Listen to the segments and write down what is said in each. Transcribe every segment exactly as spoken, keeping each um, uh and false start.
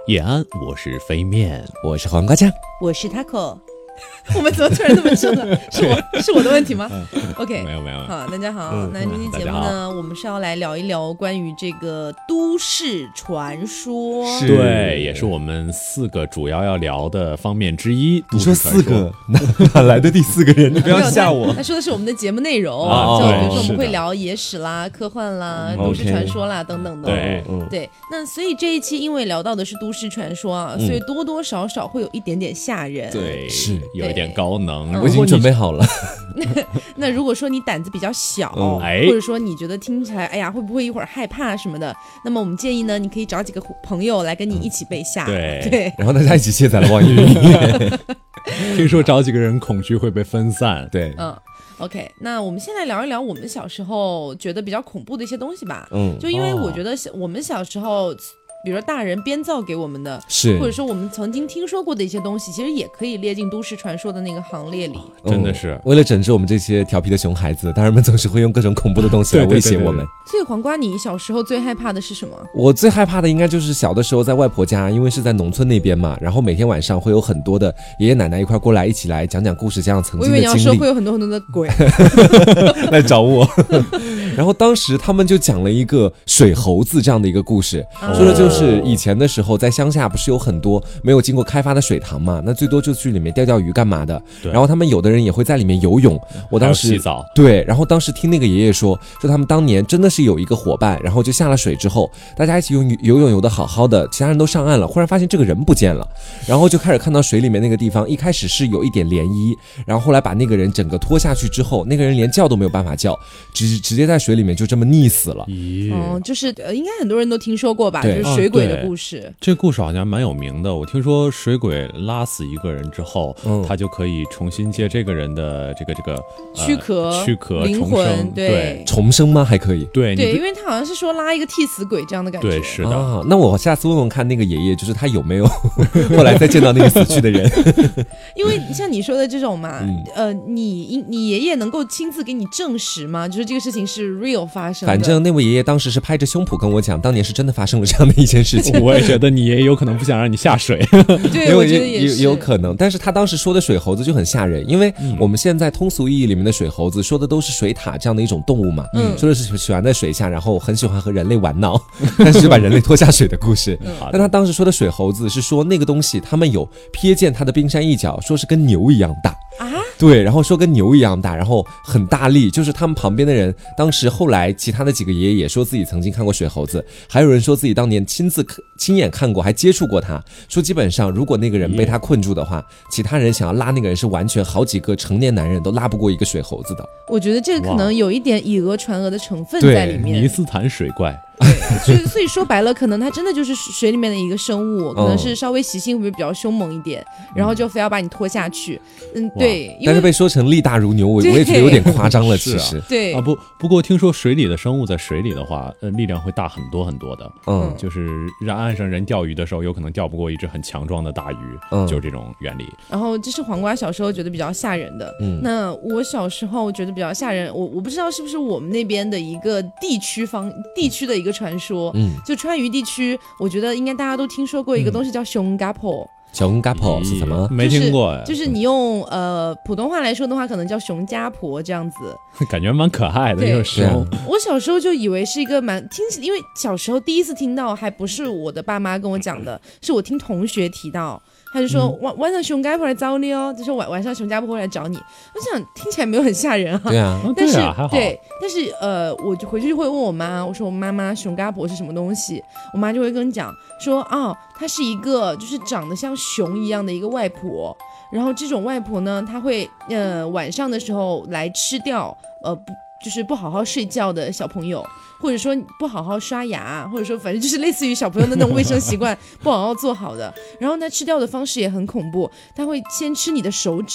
叶安，我是飞面， 我是黄瓜酱， 我是 Taco。我们怎么突然这么真了？是我是我的问题吗 ？OK， 没有没有。 好，大家好，嗯、那今天节目呢，我们是要来聊一聊关于这个都市传说。 对，也是我们四个主要要聊的方面之一。 你说四个，哪哪来的第四个人？你不要吓我。 他说的是我们的节目内容， 啊、 就比如说我们会聊野史啦、科幻啦、 嗯、 都市传说啦、okay. 等等的。 对、 嗯，对。那所以这一期因为聊到的是都市传说啊，嗯、所以多多少少会有一点点吓人。 对，是。有一点高能， 我已经准备好了。 那如果说你胆子比较小、嗯哎、 或者说你觉得听起来哎呀会不会一会儿害怕什么的，那么我们建议呢，你可以找几个朋友来跟你一起被吓、嗯、 对对， 然后大家一起卸载了网易云音乐。 听说找几个人恐惧会被分散。 对， 嗯 OK， 那我们先来聊一聊我们小时候觉得比较恐怖的一些东西吧。 嗯， 就因为我觉得我们小时候比如说大人编造给我们的， 是或者说我们曾经听说过的一些东西，其实也可以列进都市传说的那个行列里。 嗯、 真的是为了整治我们这些调皮的熊孩子，大人们总是会用各种恐怖的东西来威胁我们。 所以黄瓜，你小时候最害怕的是什么？ 我最害怕的应该就是小的时候在外婆家，因为是在农村那边嘛，然后每天晚上会有很多的爷爷奶奶一块过来，一起来讲讲故事，讲讲曾经的经历。 我以为你要说会有很多很多的鬼来找我。然后当时他们就讲了一个水猴子这样的一个故事，哦、说的就是以前的时候在乡下不是有很多没有经过开发的水塘嘛，那最多就去里面钓钓鱼干嘛的。然后他们有的人也会在里面游泳。我当时洗澡。 对，然后当时听那个爷爷说，说他们当年真的是有一个伙伴，然后就下了水之后，大家一起游游泳游得好好的，其他人都上岸了，忽然发现这个人不见了，然后就开始看到水里面那个地方，一开始是有一点涟漪，然后后来把那个人整个拖下去之后，那个人连叫都没有办法叫，直直接在水里面就这么溺死了。 嗯，就是呃，应该很多人都听说过吧，就是水鬼的故事。 哦、这个故事好像蛮有名的。我听说水鬼拉死一个人之后，嗯、他就可以重新借这个人的这个这个、呃、 躯壳、 躯壳灵魂， 对, 对重生吗？还可以？ 对对，因为他好像是说拉一个替死鬼这样的感觉。 对，是的。 啊、那我下次问问看那个爷爷，就是他有没有后来再见到那个死去的人？ 因为像你说的这种嘛，嗯、呃，你你爷爷能够亲自给你证实吗？就是这个事情是 real 发生的。 反正那位爷爷当时是拍着胸脯跟我讲，当年是真的发生了这样的一件事情。 我也觉得你爷爷有可能不想让你下水。 对，我觉得也是有可能。但是他当时说的水猴子就很吓人，因为我们现在通俗意义里面的水猴子说的都是水獭这样的一种动物嘛，嗯、说的是喜欢在水下，然后很喜欢和人类玩闹，但是就把人类拖下水的故事。嗯、但他当时说的水猴子是说那个东西他们有瞥见它的冰山一角，说是跟牛一样大啊。对，然后说跟牛一样大，然后很大力，就是他们旁边的人，当时后来其他的几个爷爷也说自己曾经看过水猴子，还有人说自己当年亲自亲眼看过，还接触过他，说基本上如果那个人被他困住的话，其他人想要拉那个人是完全好几个成年男人都拉不过一个水猴子的。 我觉得这个可能有一点以讹传讹的成分在里面。 尼斯坦水怪。 对，所以所以说白了，可能它真的就是水里面的一个生物，可能是稍微习性会比较凶猛一点，然后就非要把你拖下去。嗯，对。 但是被说成力大如牛，我我也觉得有点夸张了，其实。 啊、 对啊，不不过听说水里的生物在水里的话，呃，力量会大很多很多的。嗯，就是让岸上人钓鱼的时候，有可能钓不过一只很强壮的大鱼，嗯、就是这种原理。 然后这是黄瓜小时候觉得比较吓人的。嗯，那我小时候觉得比较吓人，我我不知道是不是我们那边的一个地区方地区的一个传说。嗯，就川渝地区，我觉得应该大家都听说过一个东西叫熊嘎坡。 熊嘎婆是什么？ 没听过。 就是、就是你用呃普通话来说的话，可能叫熊家婆这样子， 感觉蛮可爱的。就是熊。 我小时候就以为是一个蛮听，因为小时候第一次听到，还不是我的爸妈跟我讲的，是我听同学提到。他就说、嗯、晚晚上熊家婆来找你哦，就说晚晚上熊家婆会来找你。我想听起来没有很吓人啊， 对啊， 但是、 哦、对啊，还好。 对，但是呃，我就回去就会问我妈，我说我妈妈熊家婆是什么东西？我妈就会跟你讲说，哦，她是一个就是长得像熊一样的一个外婆，然后这种外婆呢，她会呃晚上的时候来吃掉呃不就是不好好睡觉的小朋友。或者说不好好刷牙，或者说反正就是类似于小朋友的那种卫生习惯不好好做好的，然后他吃掉的方式也很恐怖，他会先吃你的手指，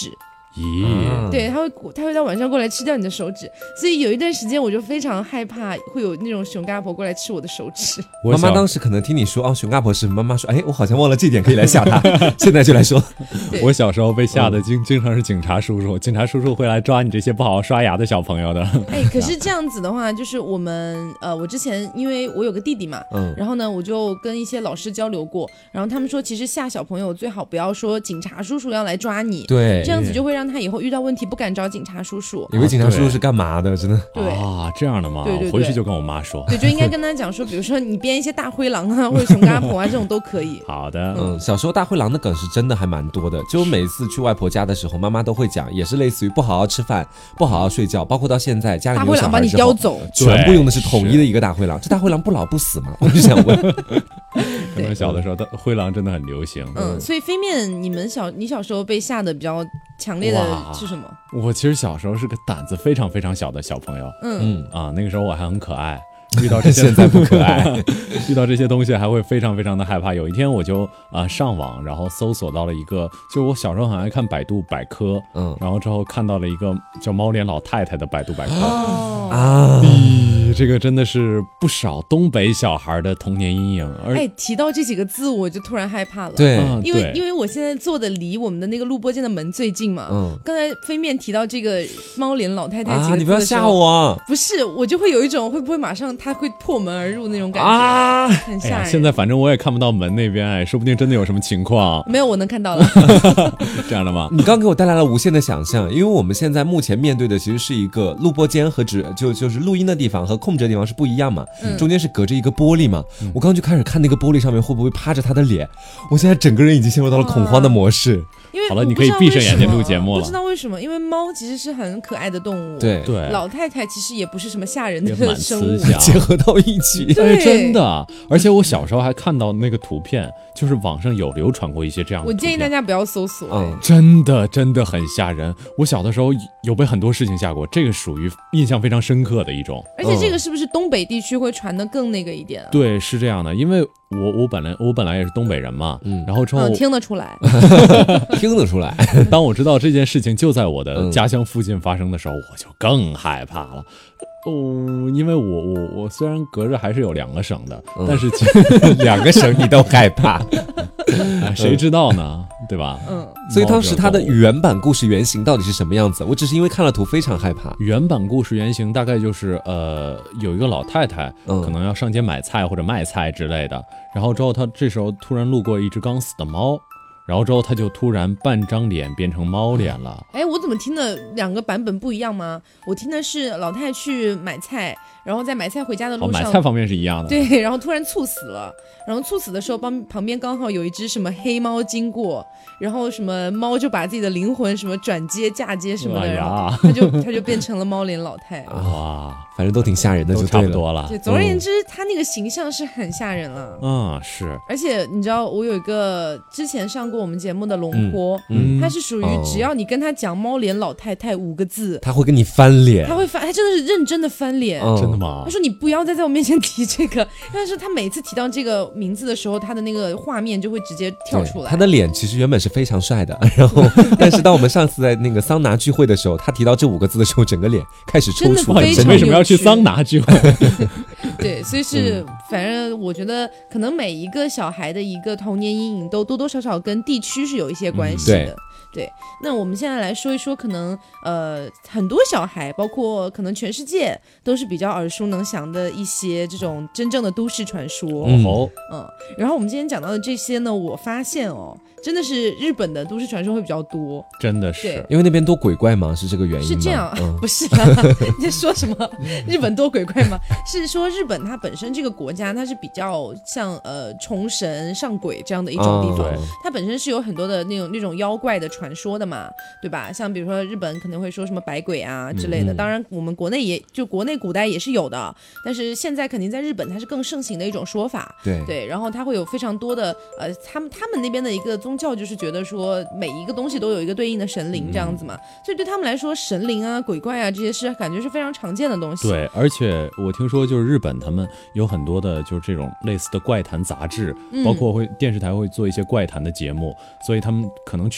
咦， 对，它会它会在晚上过来吃掉你的手指，所以有一段时间我就非常害怕会有那种熊嘎婆过来吃我的手指。 妈妈当时可能听你说哦，熊嘎婆是妈妈说，哎，我好像忘了这点，可以来吓她，现在就来说。 我小时候被吓得经经常是警察叔叔，警察叔叔会来抓你这些不好好刷牙的小朋友的。 哎，可是这样子的话，就是我们呃，我之前因为我有个弟弟嘛，嗯，然后呢，我就跟一些老师交流过，然后他们说，其实吓小朋友最好不要说警察叔叔要来抓你， 对， 这样子就会让他以后遇到问题不敢找警察叔叔。 以为警察叔叔是干嘛的？真的？ 对啊，这样的吗？ 对对对， 回去就跟我妈说。 对，就应该跟他讲说，比如说你编一些大灰狼啊，或者熊嘎婆啊，这种都可以。 好的， 嗯，小时候大灰狼的梗是真的还蛮多的，就每次去外婆家的时候，妈妈都会讲，也是类似于不好好吃饭、不好好睡觉，包括到现在家里有小孩之后，大灰狼把你叼走， 全部用的是统一的一个大灰狼。这大灰狼不老不死吗？我就想问。 可能小的时候，灰狼真的很流行。 嗯，所以飞面，你们小你小时候被吓得比较强烈的是什么？ 我其实小时候是个胆子非常非常小的小朋友。嗯嗯啊，那个时候我还很可爱。遇到这些现在不可爱， 遇到这些东西还会非常非常的害怕。有一天我就啊、呃、上网，然后搜索到了一个，就是我小时候很爱看百度百科，嗯，然后之后看到了一个叫猫脸老太太的百度百科。 哦啊， 咦，这个真的是不少东北小孩的童年阴影。而哎，提到这几个字我就突然害怕了。 对， 啊、 因为因为我现在坐的离我们的那个录播间的门最近嘛。嗯，刚才飞面提到这个猫脸老太太几个字的时候、啊、 你不要吓我。 不是，我就会有一种会不会马上他会破门而入那种感觉啊， 很吓人、 哎。现在反正我也看不到门那边，哎，说不定真的有什么情况。 没有，我能看到了。 这样的吗？ 你刚给我带来了无限的想象，因为我们现在目前面对的其实是一个录播间和只就就是录音的地方和控制的地方是不一样嘛，嗯、中间是隔着一个玻璃嘛。嗯、我刚刚就开始看那个玻璃上面会不会趴着他的脸，我现在整个人已经陷入到了恐慌的模式。 因为好了，你可以闭上眼睛录节目了。 不知道为什么，因为猫其实是很可爱的动物， 对对， 老太太其实也不是什么吓人的生物， 结合到一起， 对， 真的。而且我小时候还看到那个图片，就是网上有流传过一些这样的图片。 我建议大家不要搜索， 嗯， 真的真的很吓人。我小的时候有被很多事情吓过，这个属于印象非常深刻的一种。 而且这个是不是东北地区会传得更那个一点、啊？ 对，是这样的，因为我我本来我本来也是东北人嘛，嗯，然后之后、 嗯、听得出来， 听得出来。 当我知道这件事情就在我的家乡附近发生的时候，我就更害怕了。哦，因为我我我虽然隔着还是有两个省的，嗯、但是两个省你都害怕， 哎、谁知道呢？对吧？ 嗯。 所以当时它的原版故事原型到底是什么样子？我只是因为看了图非常害怕。 原版故事原型大概就是呃，有一个老太太，嗯、可能要上街买菜或者卖菜之类的，然后之后她这时候突然路过一只刚死的猫。然后之后他就突然半张脸变成猫脸了。 哎，我怎么听的两个版本不一样吗？我听的是老太去买菜，然后在买菜回家的路上， 哦、买菜方面是一样的。 对，然后突然猝死了，然后猝死的时候旁旁边刚好有一只什么黑猫经过，然后什么猫就把自己的灵魂什么转接嫁接什么的，然后他就他就变成了猫脸老太。 哇， 反正都挺吓人的，就差不多了。 对，总而言之，他、嗯、那个形象是很吓人了。 嗯，是。 而且你知道，我有一个之前上过我们节目的龙坡， 嗯， 他是属于只要你跟他讲猫脸老太太五个字， 他会跟你翻脸， 他会翻，他真的是认真的翻脸。 嗯、 真的吗？ 他说你不要再在我面前提这个，但是他每次提到这个名字的时候，他的那个画面就会直接跳出来。 他的脸其实原本是非常帅的，然后但是当我们上次在那个桑拿聚会的时候，他提到这五个字的时候，整个脸开始抽搐。 为什么要去桑拿聚会？ 对，所以是、嗯、反正我觉得可能每一个小孩的一个童年阴影都多多少少跟地区是有一些关系的。 嗯、 对, 对，那我们现在来说一说，可能呃很多小孩，包括可能全世界都是比较耳熟能详的一些这种真正的都市传说。 嗯， 嗯，然后我们今天讲到的这些呢，我发现哦，真的是日本的都市传说会比较多， 真的是， 因为那边多鬼怪吗？是这个原因吗？ 是这样，嗯、不是啦，你在说什么？日本多鬼怪吗？是说日本它本身这个国家，它是比较像呃崇神上鬼这样的一种地方， 哦、 它本身是有很多的那种那种妖怪的传说的嘛，对吧？像比如说日本可能会说什么百鬼啊之类的，嗯、当然我们国内也就国内古代也是有的，但是现在肯定在日本它是更盛行的一种说法， 对对，然后它会有非常多的呃他们他们那边的一个宗教就是觉得说每一个东西都有一个对应的神灵这样子嘛，嗯、所以对他们来说神灵啊鬼怪啊这些是感觉是非常常见的东西。 对，而且我听说就是日本他们有很多的就是这种类似的怪谈杂志，嗯、包括会电视台会做一些怪谈的节目，所以他们可能全民都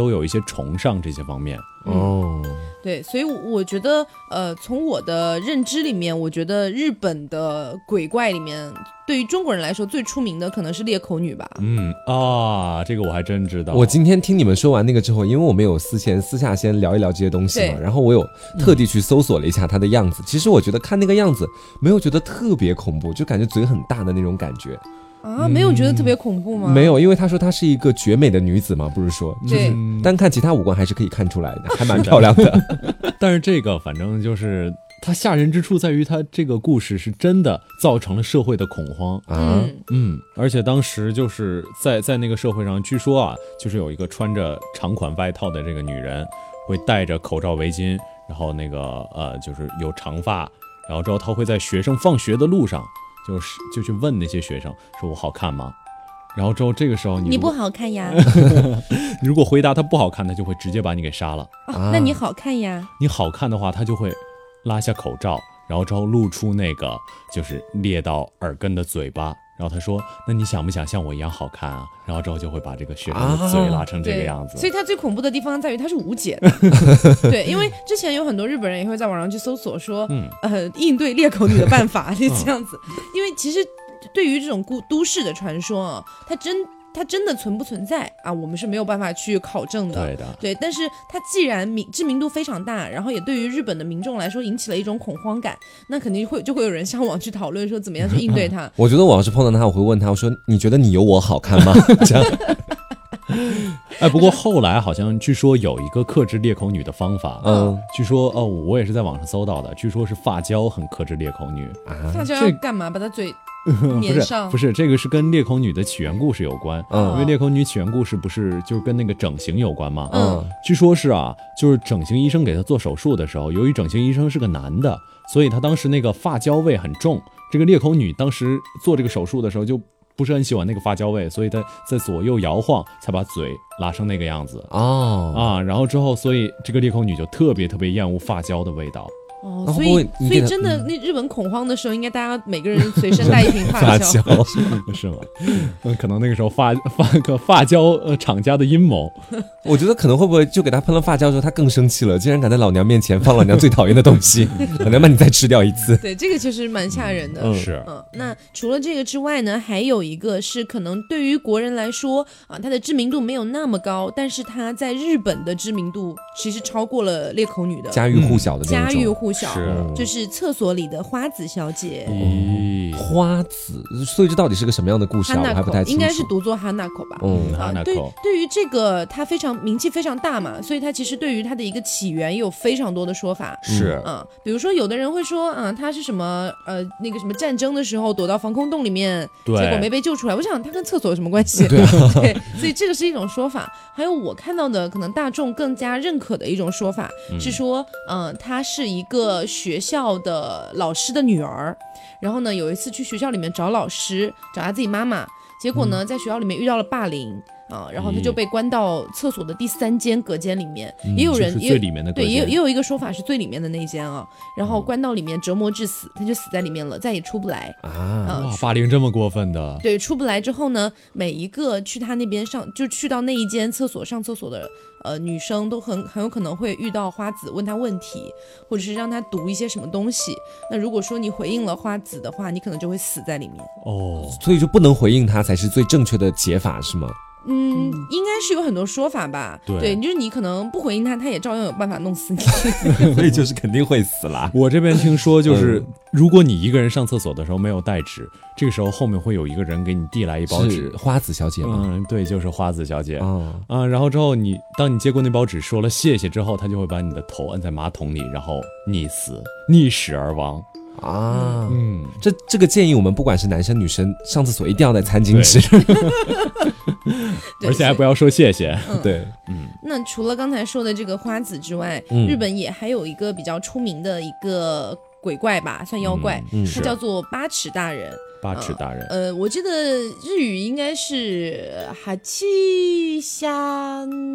都有一些崇尚这些方面。 哦， 对，所以我觉得，呃，从我的认知里面，我觉得日本的鬼怪里面，对于中国人来说最出名的可能是裂口女吧。 嗯啊，这个我还真知道。 我今天听你们说完那个之后，因为我们有私前私下先聊一聊这些东西嘛， 对然后我有特地去搜索了一下它的样子。其实我觉得看那个样子，没有觉得特别恐怖，就感觉嘴很大的那种感觉。 啊，没有觉得特别恐怖吗？ 没有，因为他说她是一个绝美的女子嘛，不是说， 对， 单看其他五官还是可以看出来的，还蛮漂亮的。 但是这个反正就是它吓人之处在于，它这个故事是真的造成了社会的恐慌啊， 嗯嗯，而且当时就是在在那个社会上，据说啊，就是有一个穿着长款外套的这个女人，会戴着口罩围巾，然后那个呃就是有长发，然后之后她会在学生放学的路上，就是就去问那些学生说我好看吗？然后之后这个时候你你不好看呀， 你如果回答他不好看，他就会直接把你给杀了。 啊，那你好看呀？ 你好看的话，他就会拉下口罩，然后之后露出那个就是裂到耳根的嘴巴，然后他说：“那你想不想像我一样好看啊？”然后之后就会把这个学生的嘴拉成这个样子。 所以他最恐怖的地方在于他是无解的。对，因为之前有很多日本人也会在网上去搜索说，嗯、呃，应对裂口女的办法是这样子。因为其实对于这种都都市的传说啊，它真。它真的存不存在啊？我们是没有办法去考证的。 对的， 对。但是它既然名知名度非常大，然后也对于日本的民众来说引起了一种恐慌感，那肯定会就会有人上网去讨论说怎么样去应对它。 我觉得我要是碰到他，我会问他，我说你觉得你有我好看吗？这样。 哎，不过后来好像据说有一个克制裂口女的方法，嗯，据说哦，我也是在网上搜到的，据说是发胶很克制裂口女啊。 发胶要干嘛？把她嘴粘上？ 不是，不是，这个是跟裂口女的起源故事有关。嗯，因为裂口女起源故事不是就是跟那个整形有关吗？ 嗯， 据说是啊，就是整形医生给她做手术的时候，由于整形医生是个男的，所以他当时那个发胶味很重。这个裂口女当时做这个手术的时候就不是很喜欢那个发胶味，所以他在左右摇晃，才把嘴拉成那个样子。 哦啊，然后之后，所以这个裂口女就特别特别厌恶发胶的味道。 哦，所以所以真的，那日本恐慌的时候，应该大家每个人随身带一瓶发胶， 是吗？是吗？嗯，可能那个时候发发个发胶呃厂家的阴谋。 我觉得可能会不会就给他喷了发胶之后，他更生气了，竟然敢在老娘面前放老娘最讨厌的东西，老娘把你再吃掉一次。 对，这个其实蛮吓人的。 嗯，是。 嗯，那除了这个之外呢，还有一个是可能对于国人来说啊，它的知名度没有那么高，但是它在日本的知名度其实超过了裂口女的， 家喻户晓的那种。 家喻户晓， 是就是厕所里的花子小姐。 咦， 花子，所以这到底是个什么样的故事啊？我还不太清楚。 应该是读作 Hanako 吧。 嗯啊，对，对于这个它非常名气非常大嘛，所以它其实对于它的一个起源也有非常多的说法。 是啊，比如说有的人会说啊，它是什么呃那个什么战争的时候躲到防空洞里面，结果没被救出来。我想它跟厕所有什么关系？ 对啊， 对，所以这个是一种说法。还有我看到的可能大众更加认可的一种说法、嗯、是说，嗯、呃，她是一个学校的老师的女儿，然后呢有一次去学校里面找老师，找她自己妈妈，结果呢、嗯、在学校里面遇到了霸凌。啊，然后他就被关到厕所的第三间隔间里面，嗯、也有人、 就是最里面的隔间， 对，也有也有一个说法是最里面的那一间啊，然后关到里面折磨致死，他就死在里面了，再也出不来啊！哇，霸凌这么过分的？ 对，出不来之后呢，每一个去他那边上，就去到那一间厕所上厕所的呃女生，都很很有可能会遇到花子问他问题，或者是让他读一些什么东西。那如果说你回应了花子的话，你可能就会死在里面。 哦，所以就不能回应他才是最正确的解法，是吗？ 嗯，应该是有很多说法吧。 对， 对，就是你可能不回应他，他也照样有办法弄死你。 所以就是肯定会死啦。 我这边聽說就是，嗯、如果你一個人上廁所的時候沒有帶紙，這個時候後面會有一個人給你遞來一包紙。 花子小姐嗎？ 嗯，對，就是花子小姐。啊、嗯嗯，然後之後你當你接過那包紙，說了謝謝之後，他就會把你的頭摁在馬桶裡，然後溺死，溺死而亡。 啊，嗯，这这个建议我们不管是男生女生上厕所一定要带餐巾纸， 而且还不要说谢谢。 嗯、 对， 嗯。那除了刚才说的这个花子之外，嗯、日本也还有一个比较出名的一个鬼怪吧，算妖怪，嗯嗯、它叫做八尺大人。 八尺大人， 呃，我记得日语应该是哈七虾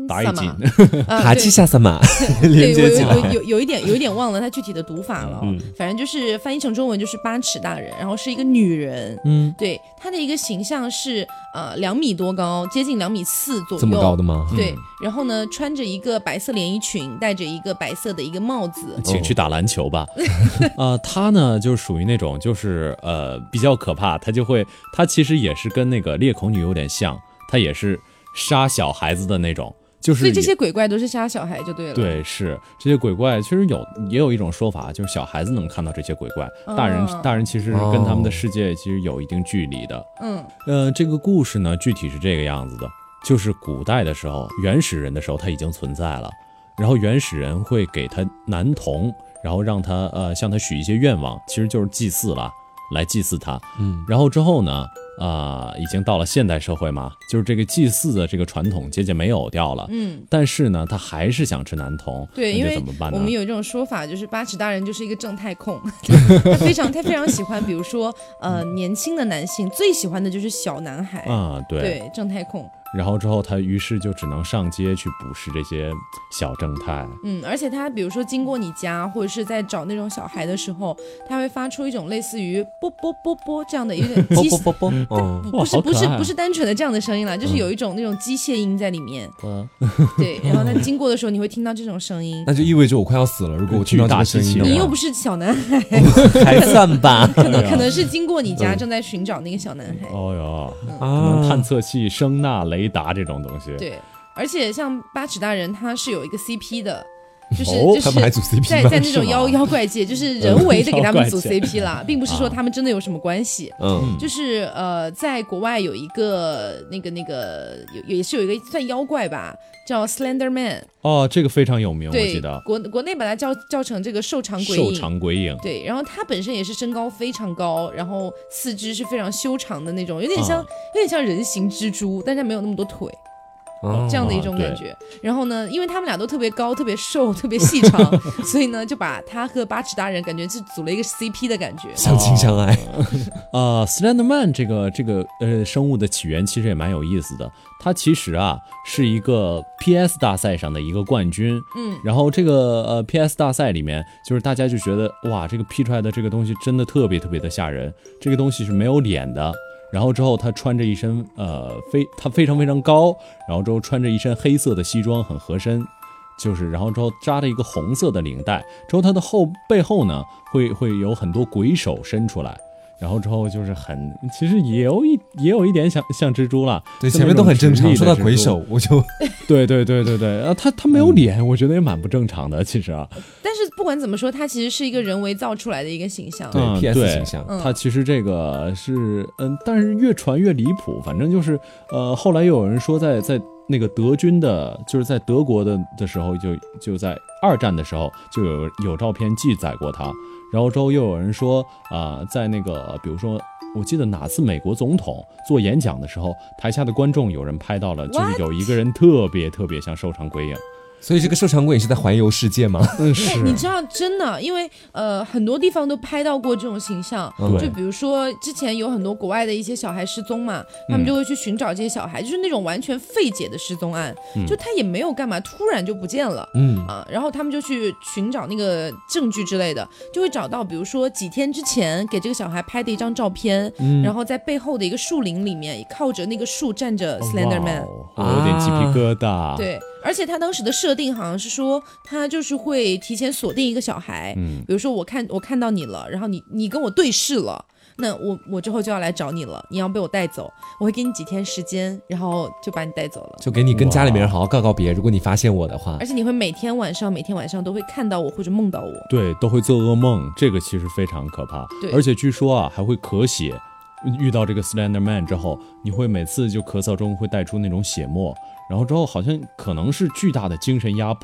打一紧， 哈基夏萨玛连接起来。 对，我有有一点有一点忘了它具体的读法了、哦嗯，反正就是翻译成中文就是八尺大人，然后是一个女人，嗯，对，她的一个形象是呃两米多高，接近两米四左右， 这么高的吗？ 对，嗯、然后呢穿着一个白色连衣裙，戴着一个白色的一个帽子， 请去打篮球吧。呃，她呢就属于那种就是呃比较可怕，她就会她其实也是跟那个裂口女有点像，她也是杀小孩子的那种。就是， 所以这些鬼怪都是杀小孩就对了。 对，是这些鬼怪，其实有也有一种说法，就是小孩子能看到这些鬼怪，哦、大人大人其实跟他们的世界其实有一定距离的。嗯，呃，这个故事呢，具体是这个样子的，就是古代的时候，原始人的时候，他已经存在了，然后原始人会给他男童，然后让他呃向他许一些愿望，其实就是祭祀了，来祭祀他。嗯，然后之后呢？啊、呃，已经到了现代社会嘛，就是这个祭祀的这个传统渐渐没有掉了。嗯，但是呢，他还是想吃男童。 对，因为我们有一种说法，就是八尺大人就是一个正太控，他非常他非常喜欢，比如说呃年轻的男性最喜欢的就是小男孩啊、嗯，对对，正太控。 然后之后他于是就只能上街去捕食这些小正太。 嗯，而且他比如说经过你家或者是在找那种小孩的时候，他会发出一种类似于啵啵啵啵这样的一点机啵啵啵啵， 哦，不是不是不是单纯的这样的声音啦，就是有一种那种机械音在里面。嗯，对，然后他经过的时候你会听到这种声音， 那就意味着我快要死了。如果我听到这个声音的话， 你又不是小男孩， 还算吧， 可能可能是经过你家正在寻找那个小男孩。 哦哟，可能探测器、声呐、雷达这种东西。 对，而且像八尺大人他是有一个 C P 的，就是、 哦、 就是在在那种妖妖怪界，就是人为的给他们组 C P 啦，并不是说他们真的有什么关系。嗯，就是呃，在国外有一个那个那个有也是有一个算妖怪吧，叫 Slender Man。 哦，这个非常有名，我记得国国内把它叫叫成这个瘦长鬼影。 瘦长鬼影。 对，然后他本身也是身高非常高，然后四肢是非常修长的那种，有点像、啊、有点像人形蜘蛛，但是他没有那么多腿。哦、这样的一种感觉，然后呢，因为他们俩都特别高、特别瘦、特别细长，所以呢，就把他和八尺大人感觉是组了一个 C P 的感觉， 相亲相爱。 呃 Slenderman 这个这个呃生物的起源其实也蛮有意思的，它其实啊是一个 P S 大赛上的一个冠军，嗯，然后这个呃 P S 大赛里面，就是大家就觉得哇，这个 P 出来的这个东西真的特别特别的吓人，这个东西是没有脸的。然后之后他穿着一身呃非他非常非常高，然后之后穿着一身黑色的西装，很合身，就是然后之后扎了一个红色的领带，之后他的后背后呢会会有很多鬼手伸出来，然后之后就是很其实也有一也有一点像像蜘蛛了， 对，前面都很正常，说到鬼手我就对对对对对，啊他他没有脸、嗯，我觉得也蛮不正常的其实啊。 但是不管怎么说，它其实是一个人为造出来的一个形象， 对、嗯、P S 形象。 它其实这个是嗯，但是越传越离谱，反正就是呃，后来又有人说在在那个德军的，就是在德国的的时候，就就在二战的时候就有有照片记载过它。然后之后又有人说啊、呃，在那个比如说。我记得哪次美国总统做演讲的时候，台下的观众有人拍到了，就是有一个人特别特别像瘦长鬼影。 所以这个瘦长鬼影是在环游世界吗？ 嗯，是。 你知道，真的，因为呃很多地方都拍到过这种形象，嗯、就比如说之前有很多国外的一些小孩失踪嘛，他们就会去寻找这些小孩，嗯、就是那种完全废解的失踪案，嗯、就他也没有干嘛，突然就不见了，嗯啊，然后他们就去寻找那个证据之类的，就会找到，比如说几天之前给这个小孩拍的一张照片，嗯、然后在背后的一个树林里面，靠着那个树站着 Slender Man， 我有点鸡皮疙瘩， 啊、对。而且他当时的设定好像是说，他就是会提前锁定一个小孩，嗯，比如说我看我看到你了，然后你你跟我对视了，那我我之后就要来找你了，你要被我带走，我会给你几天时间，然后就把你带走了， 就给你跟家里面人好好告告别，如果你发现我的话， 而且你会每天晚上每天晚上都会看到我或者梦到我， 对，都会做噩梦，这个其实非常可怕， 对， 而且据说啊还会咳血。遇到这个 Slender Man 之后，你会每次就咳嗽中会带出那种血沫，然后之后好像可能是巨大的精神压迫，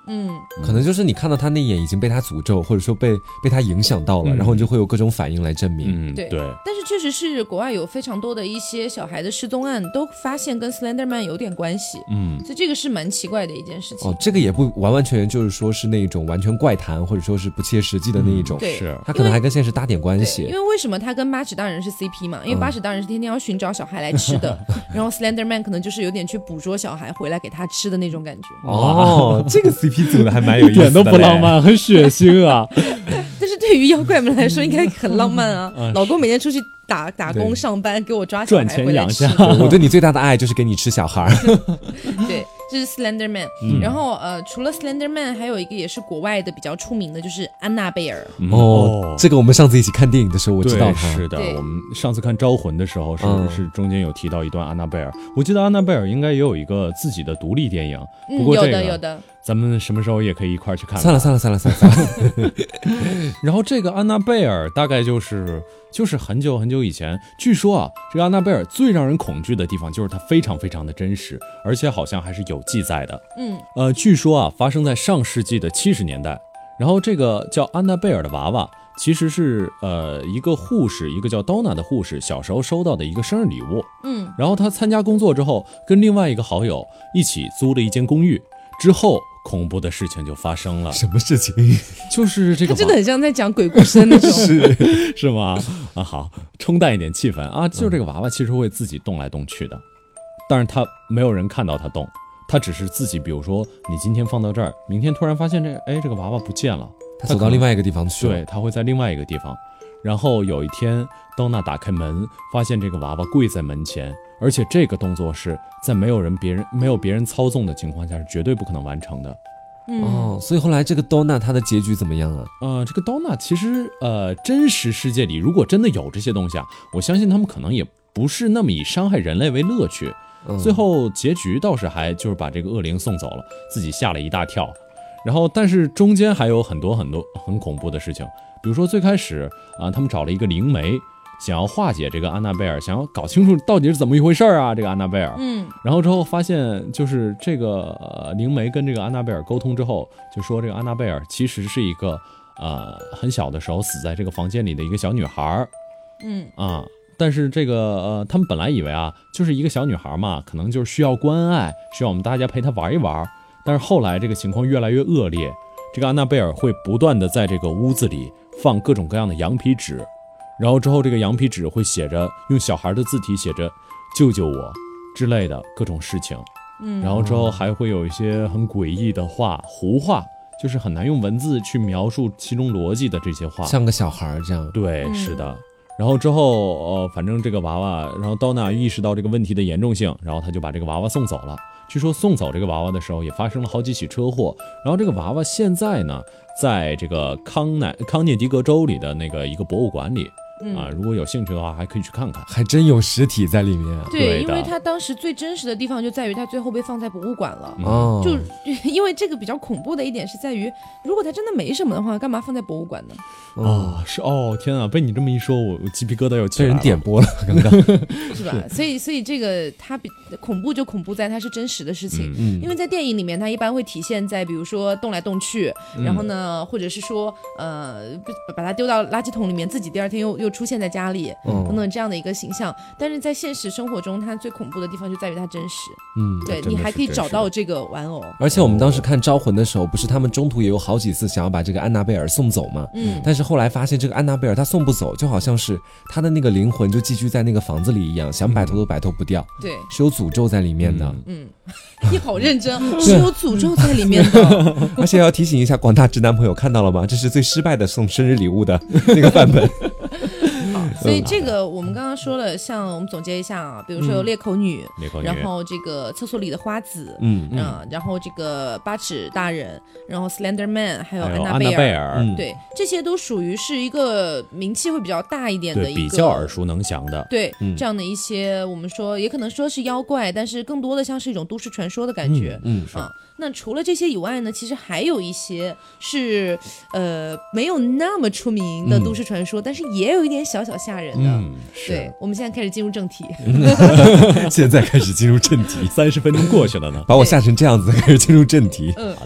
嗯， 可能就是你看到他那一眼已经被他诅咒，或者说被被他影响到了， 嗯、 然后你就会有各种反应来证明。 嗯， 对对。 但是确实是国外有非常多的一些小孩的失踪案，都发现跟 Slenderman 有点关系。嗯，所以这个是蛮奇怪的一件事情。 哦，这个也不完完全全就是说是那种完全怪谈，或者说是不切实际的那一种。 嗯、对， 是他可能还跟现实搭点关系。 因为为什么他跟八尺大人是 C P 嘛？因为八尺大人是天天要寻找小孩来吃的，嗯、然后 Slenderman 可能就是有点去捕捉小孩回来给他吃的那种感觉。 哦，这个 C P 组的还蛮有意思的， 一点都不浪漫，很血腥啊。 但是对于妖怪们来说，应该很浪漫啊！嗯、老公每天出去打打工上班，给我抓小孩回来吃。 我对你最大的爱就是给你吃小孩。 对。这是 Slenderman，、嗯、然后呃，除了 Slenderman， 还有一个也是国外的比较出名的，就是安娜贝尔。 嗯、哦，这个我们上次一起看电影的时候，我知道他。 是的，我们上次看《招魂》的时候是、嗯、是中间有提到一段安娜贝尔。我记得安娜贝尔应该也有一个自己的独立电影， 嗯、 不过、这个、 有的有的。 咱们什么时候也可以一块去看看。 算了算了算了算了算了。 然后这个安娜贝尔大概就是就是很久很久以前，据说啊，这个安娜贝尔最让人恐惧的地方就是它非常非常的真实，而且好像还是有记载的。嗯，呃，据说啊，发生在上世纪的七十年代。然后这个叫安娜贝尔的娃娃，其实是呃一个护士，一个叫 Donna 的护士小时候收到的一个生日礼物。嗯，然后她参加工作之后，跟另外一个好友一起租了一间公寓。之后恐怖的事情就发生了。 什么事情？ 就是这个， 他真的很像在讲鬼故事的那种。 是是吗？啊，好，冲淡一点气氛啊。就这个娃娃其实会自己动来动去的，但是他没有人看到他动，他只是自己，比如说你今天放到这儿，明天突然发现这个，哎，这个娃娃不见了， 他走到另外一个地方去了。 对，他会在另外一个地方。然后有一天，刀娜打开门，发现这个娃娃跪在门前，而且这个动作是在没有人、别人没有别人操纵的情况下是绝对不可能完成的。 嗯、哦，所以后来这个 Donna 她的结局怎么样啊？ 呃，这个 Donna 其实呃，真实世界里如果真的有这些东西啊，我相信他们可能也不是那么以伤害人类为乐趣。嗯、最后结局倒是还就是把这个恶灵送走了，自己吓了一大跳。然后，但是中间还有很多很多很恐怖的事情，比如说最开始啊、呃，他们找了一个灵媒，想要化解这个安娜贝尔，想要搞清楚到底是怎么一回事啊，这个安娜贝尔。嗯，然后之后发现，就是这个、呃、灵媒跟这个安娜贝尔沟通之后，就说这个安娜贝尔其实是一个呃很小的时候死在这个房间里的一个小女孩。嗯啊，但是这个呃，他们本来以为啊，就是一个小女孩嘛，可能就是需要关爱，需要我们大家陪她玩一玩。但是后来这个情况越来越恶劣，这个安娜贝尔会不断的在这个屋子里放各种各样的羊皮纸，然后之后这个羊皮纸会写着用小孩的字体写着救救我之类的各种事情。嗯，然后之后还会有一些很诡异的话，胡话，就是很难用文字去描述其中逻辑的这些话， 像个小孩这样。 对，是的。然后之后呃，反正这个娃娃，然后刀娜意识到这个问题的严重性，然后他就把这个娃娃送走了。据说送走这个娃娃的时候也发生了好几起车祸，然后这个娃娃现在呢，在这个康乃康涅狄格州里的那个一个博物馆里。嗯、啊，如果有兴趣的话，还可以去看看， 还真有实体在里面啊。 对，因为它当时最真实的地方就在于它最后被放在博物馆了。哦、嗯，就因为这个比较恐怖的一点是在于，如果它真的没什么的话，干嘛放在博物馆呢？ 哦，是哦，天啊，被你这么一说，我我鸡皮疙瘩又起来了。 被人点播了，刚刚是吧？所以，所以这个它比恐怖就恐怖在它是真实的事情。嗯，因为在电影里面，它一般会体现在比如说动来动去，嗯、然后呢，或者是说呃，把它丢到垃圾桶里面，自己第二天又又出现在家里。嗯、等等这样的一个形象，但是在现实生活中，它最恐怖的地方就在于它真实。嗯，对你还可以找到这个玩偶。 而且我们当时看《招魂》的时候，不是他们中途也有好几次想要把这个安娜贝尔送走吗？嗯，但是后来发现这个安娜贝尔她送不走，就好像是她的那个灵魂就寄居在那个房子里一样，想摆脱都摆脱不掉。 对， 是有诅咒在里面的。 嗯，嗯你好认真，是有诅咒在里面的。 而且要提醒一下广大直男朋友，看到了吗？这是最失败的送生日礼物的那个版本。 所以这个我们刚刚说了，像我们总结一下啊，比如说有裂口女， 嗯、 然后这个厕所里的花子，嗯嗯、呃，然后这个八尺大人，然后 Slenderman， 还有安娜贝尔， 贝尔嗯、 对，这些都属于是一个名气会比较大一点的一个， 比较耳熟能详的， 对、嗯，这样的一些我们说也可能说是妖怪，但是更多的像是一种都市传说的感觉，嗯，嗯啊。那除了这些以外呢，其实还有一些是呃没有那么出名的都市传说，嗯、但是也有一点小小吓人的。嗯，对，我们现在开始进入正题。 现在开始进入正题， 三十分钟过去了呢， 把我吓成这样子，开始进入正题。嗯， 好的。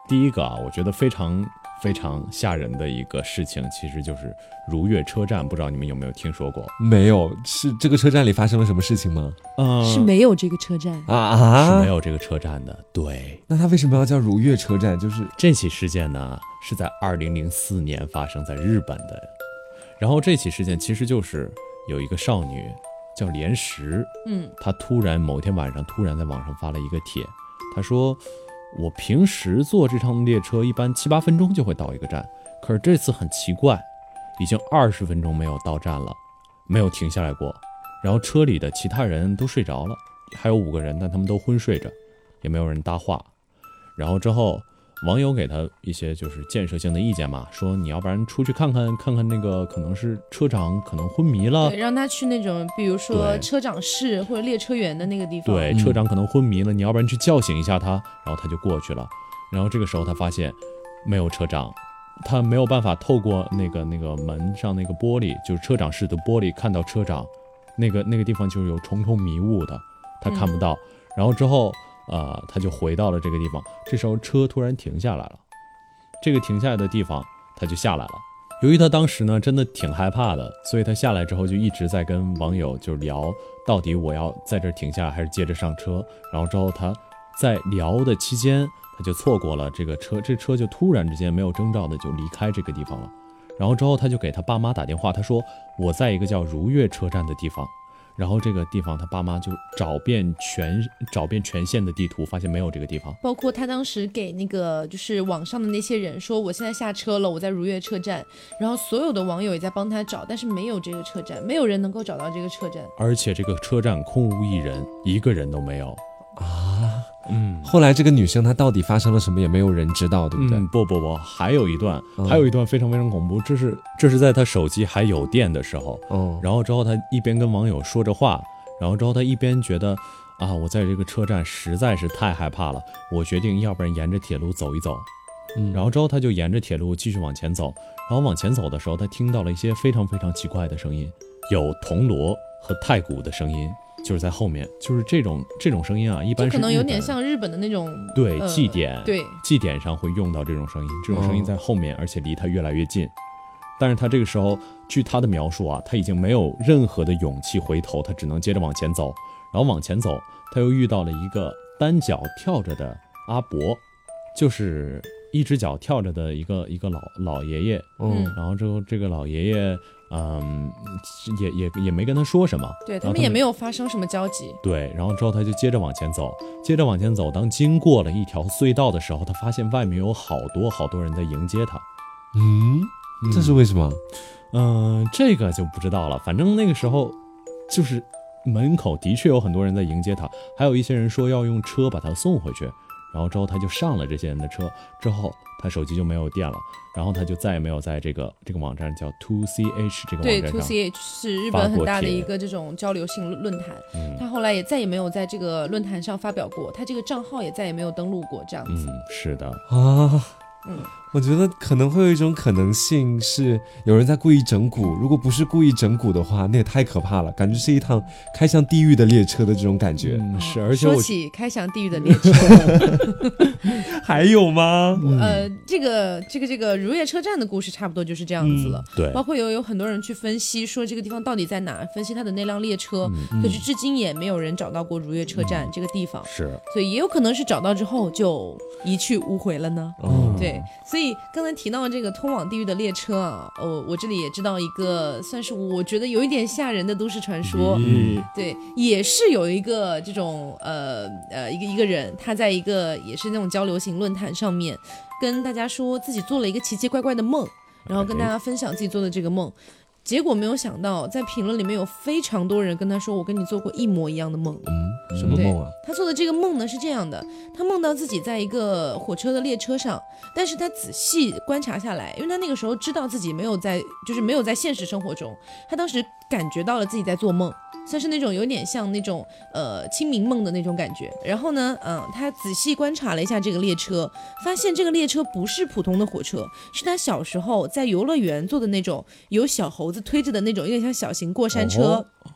第一个啊，我觉得非常非常吓人的一个事情，其实就是如月车站，不知道你们有没有听说过？ 没有，是这个车站里发生了什么事情吗？ 嗯，是没有这个车站啊啊， 是没有这个车站的。对， 那它为什么要叫如月车站？就是这起事件呢，是在二零零四年发生在日本的。然后这起事件其实就是有一个少女叫莲石，嗯，她突然某天晚上突然在网上发了一个帖，她说我平时坐这趟列车一般七八分钟就会到一个站，可是这次很奇怪，已经二十分钟没有到站了，没有停下来过。然后车里的其他人都睡着了，还有五个人，但他们都昏睡着，也没有人搭话。然后之后网友给他一些就是建设性的意见嘛，说你要不然出去看看看看那个可能是车长可能昏迷了， 对，让他去那种比如说车长室或者列车员的那个地方， 对，车长可能昏迷了，你要不然去叫醒一下他。然后他就过去了，然后这个时候他发现没有车长，他没有办法透过那个那个门上那个玻璃，就是车长室的玻璃看到车长，那个那个地方就是有重重迷雾的，他看不到。嗯、然后之后呃，他就回到了这个地方，这时候车突然停下来了，这个停下来的地方他就下来了。由于他当时呢真的挺害怕的，所以他下来之后就一直在跟网友就聊，到底我要在这儿停下还是接着上车。然后之后他在聊的期间，他就错过了这个车，这车就突然之间没有征兆的就离开这个地方了。然后之后他就给他爸妈打电话，他说我在一个叫如月车站的地方。然后这个地方他爸妈就找遍全找遍全县的地图，发现没有这个地方。 包括他当时给那个就是网上的那些人说我现在下车了，我在如月车站，然后所有的网友也在帮他找，但是没有这个车站，没有人能够找到这个车站， 而且这个车站空无一人，一个人都没有啊。嗯，后来这个女生她到底发生了什么也没有人知道，对不对？ 嗯、不不不，还有一段，嗯、还有一段非常非常恐怖，这是这是在她手机还有电的时候，嗯，然后之后她一边跟网友说着话，然后之后她一边觉得啊，我在这个车站实在是太害怕了，我决定要不然沿着铁路走一走，嗯，然后之后她就沿着铁路继续往前走，然后往前走的时候，她听到了一些非常非常奇怪的声音，有铜锣和太鼓的声音。就是在后面，就是这种这种声音啊，一般是可能有点像日本的那种对、呃、祭典， 对祭典上会用到这种声音，这种声音在后面，哦、而且离他越来越近。但是他这个时候，据他的描述啊，他已经没有任何的勇气回头，他只能接着往前走。然后往前走，他又遇到了一个单脚跳着的阿伯，就是一只脚跳着的一个一个老老爷爷。嗯，然后之后这个老爷爷。嗯，也也也没跟他说什么， 对他们也没有发生什么交集。 对，然后之后他就接着往前走，接着往前走。当经过了一条隧道的时候，他发现外面有好多好多人在迎接他。 嗯，这是为什么？ 嗯、呃，这个就不知道了。反正那个时候，就是门口的确有很多人在迎接他，还有一些人说要用车把他送回去。然后之后他就上了这些人的车，之后他手机就没有电了，然后他就再也没有在这个这个网站叫 two C H 这个网站上， 对 two C H 是日本很大的一个这种交流性论坛，嗯、他后来也再也没有在这个论坛上发表过，他这个账号也再也没有登录过，这样子。 嗯，是的啊。嗯，我觉得可能会有一种可能性是有人在故意整蛊，如果不是故意整蛊的话，那也太可怕了，感觉是一趟开向地狱的列车的这种感觉。 嗯，是，而且说起开向地狱的列车， 还有吗？ 呃，这个这个这个如月车站的故事差不多就是这样子了。 嗯、对， 包括有有很多人去分析说这个地方到底在哪，分析它的那辆列车，嗯、可是至今也没有人找到过如月车站这个地方。 嗯、是， 所以也有可能是找到之后就一去无回了呢。 哦， 对。所以刚才提到这个通往地狱的列车啊，哦，我这里也知道一个算是我觉得有一点吓人的都市传说。 嗯， 对，也是有一个这种呃呃一个一个人，他在一个也是那种交流型论坛上面跟大家说自己做了一个奇奇怪怪的梦，然后跟大家分享自己做的这个梦。结果没有想到，在评论里面有非常多人跟他说：“我跟你做过一模一样的梦。” 嗯，什么梦啊？ 他做的这个梦呢是这样的：他梦到自己在一个火车的列车上，但是他仔细观察下来，因为他那个时候知道自己没有在，就是没有在现实生活中，他当时感觉到了自己在做梦。像是那种有点像那种呃清明梦的那种感觉。然后呢，嗯，他仔细观察了一下这个列车，发现这个列车不是普通的火车，是他小时候在游乐园坐的那种有小猴子推着的那种，有点像小型过山车。哦，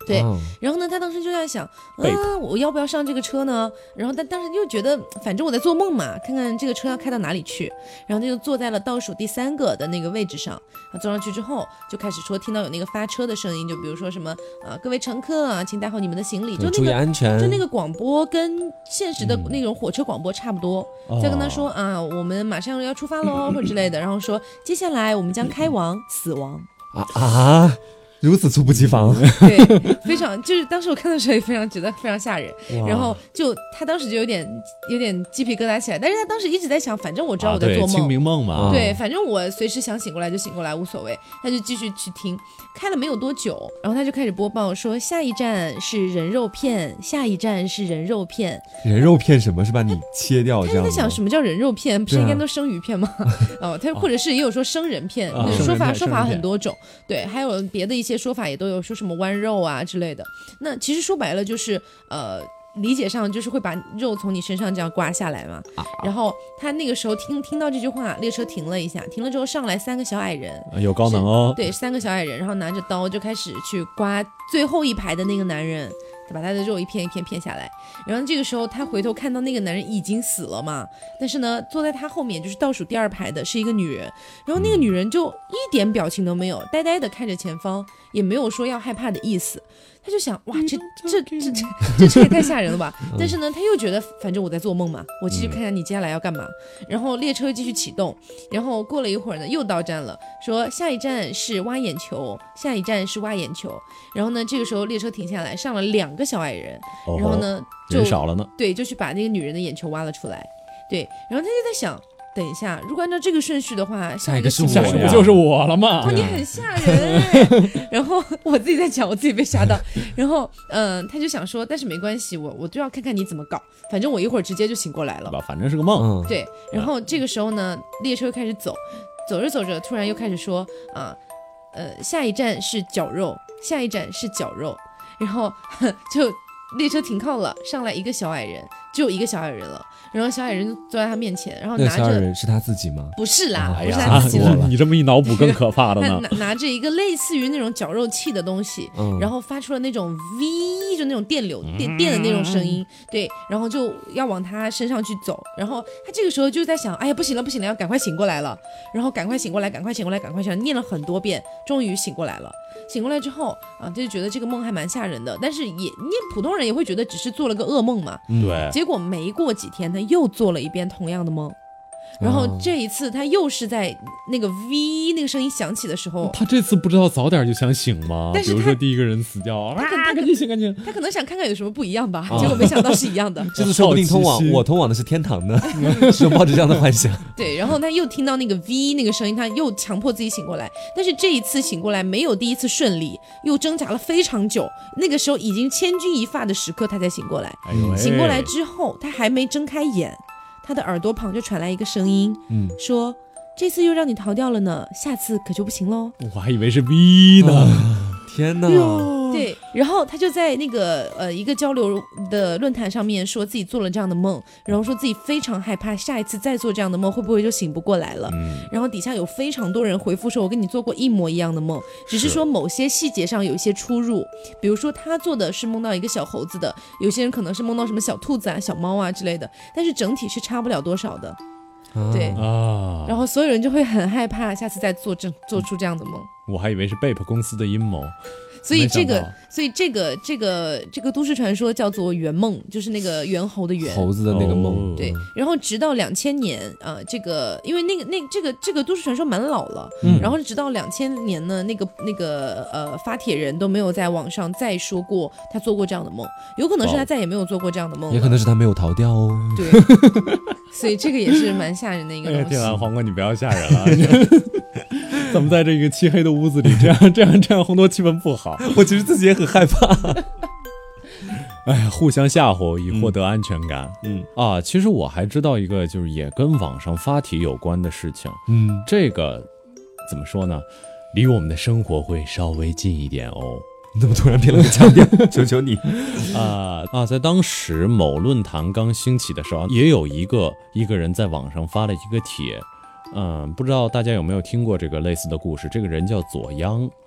对，然后呢，他当时就在想，嗯，我要不要上这个车呢？然后他当时又觉得，反正我在做梦嘛，看看这个车要开到哪里去。然后他就坐在了倒数第三个的那个位置上。他坐上去之后，就开始说，听到有那个发车的声音，就比如说什么，呃，各位乘客啊，请带好你们的行李，就那个注意安全， 就那个广播跟现实的那种火车广播差不多。嗯、再跟他说啊，我们马上要出发喽，或者之类的。然后说，接下来我们将开往死亡。 啊啊！如此猝不及防， 对，非常就是当时我看的时候也非常觉得非常吓人，然后就他当时就有点有点鸡皮疙瘩起来，但是他当时一直在想，反正我知道我在做梦， 啊、清明梦嘛， 对，反正我随时想醒过来就醒过来无所谓，他就继续去听，开了没有多久，然后他就开始播报说下一站是人肉片，下一站是人肉片， 人肉片什么是把你切掉这样？ 他在想什么叫人肉片，不是应该都生鱼片吗？哦、啊，他或者是也有说生人片，啊、说法说法很多种，对，还有别的一些。些说法也都有说什么剜肉啊之类的，那其实说白了就是呃理解上就是会把肉从你身上这样刮下来嘛。啊、然后他那个时候听听到这句话，列车停了一下，停了之后上来三个小矮人， 啊、有高能哦。 对，三个小矮人，然后拿着刀就开始去刮最后一排的那个男人，把他的肉一片一片片下来。然后这个时候他回头看到那个男人已经死了嘛，但是呢坐在他后面就是倒数第二排的是一个女人，然后那个女人就一点表情都没有，呆呆的看着前方，也没有说要害怕的意思。他就想，哇，这这这这这这也太吓人了吧！但是呢，他又觉得，反正我在做梦嘛，我继续看看你接下来要干嘛。然后列车继续启动，然后过了一会儿呢，又到站了，说下一站是挖眼球，下一站是挖眼球。然后呢，这个时候列车停下来，上了两个小矮人，然后呢，就人少了呢， 对，就去把那个女人的眼球挖了出来。对，然后他就在想。等一下，如果按照这个顺序的话， 下一个是我呀，不就是我了吗？ 哇，你很吓人哎！然后我自己在讲，我自己被吓到。然后，嗯、呃，他就想说，但是没关系，我我就要看看你怎么搞，反正我一会儿直接就醒过来了。 反正是个梦。 对。然后这个时候呢，列车开始走，走着走着，突然又开始说啊，呃，下一站是绞肉，下一站是绞肉。然后就列车停靠了，上来一个小矮人，只有一个小矮人了。然后小矮人坐在他面前，然后拿着， 那小矮人是他自己吗？ 不是啦， 哎、 不是他自己了。你这么一脑补更可怕的呢。 他拿拿着一个类似于那种绞肉器的东西，嗯、然后发出了那种 V 就那种电流电电的那种声音，对，然后就要往他身上去走。然后他这个时候就在想，哎呀，不行了不行了，要赶快醒过来了。然后赶快醒过来，赶快醒过来，赶快醒过来，念了很多遍，终于醒过来了。醒过来之后啊，他就觉得这个梦还蛮吓人的，但是也你普通人也会觉得只是做了个噩梦嘛。 对。 结果没过几天，他又做了一遍同样的梦。然后这一次他又是在那个 V 那个声音响起的时候， 他这次不知道早点就想醒吗？ 但是比如说第一个人死掉，啊，赶紧醒赶紧。 他可能想看看有什么不一样吧，啊、结果没想到是一样的。 这次说不定通往我通往的是天堂呢，是抱着这样的幻想。 对，然后他又听到那个 V 那个声音，他又强迫自己醒过来，但是这一次醒过来没有第一次顺利，又挣扎了非常久。那个时候已经千钧一发的时刻，他才醒过来。 哎呦喂， 醒过来之后，他还没睁开眼。他的耳朵旁就传来一个声音，嗯，说这次又让你逃掉了呢，下次可就不行喽。 我还以为是 V 呢， 啊、天哪！ 对，然后他就在那个呃一个交流的论坛上面说自己做了这样的梦，然后说自己非常害怕下一次再做这样的梦会不会就醒不过来了。嗯、然后底下有非常多人回复说，我跟你做过一模一样的梦，只是说某些细节上有一些出入，比如说他做的是梦到一个小猴子的，有些人可能是梦到什么小兔子啊、小猫啊之类的，但是整体是差不了多少的。对啊，然后所有人就会很害怕下次再做这做出这样的梦。 我还以为是 Bape 公司的阴谋。 所以这个，所以这个，这个，这个都市传说叫做圆梦，就是那个猿猴的猿， 猴子的那个梦。 对，然后直到两千年啊、呃，这个因为那个那这个这个都市传说蛮老了，嗯、然后直到两千年呢，那个那个呃发帖人都没有在网上再说过他做过这样的梦，有可能是他再也没有做过这样的梦， 也可能是他没有逃掉哦。 对，所以这个也是蛮吓人的一个东西。 天啊，黄瓜你不要吓人了。怎么在这个漆黑的屋子里这样这样这样烘托气氛不好？ 我其实自己也很害怕。 哎呀，互相吓唬以获得安全感。嗯, 嗯啊，其实我还知道一个，就是也跟网上发帖有关的事情。嗯，这个怎么说呢？离我们的生活会稍微近一点哦。 你怎么突然变了个腔调？求求你！ 啊啊，在当时某论坛刚兴起的时候，也有一个一个人在网上发了一个帖。嗯，不知道大家有没有听过这个类似的故事？这个人叫左央。嗯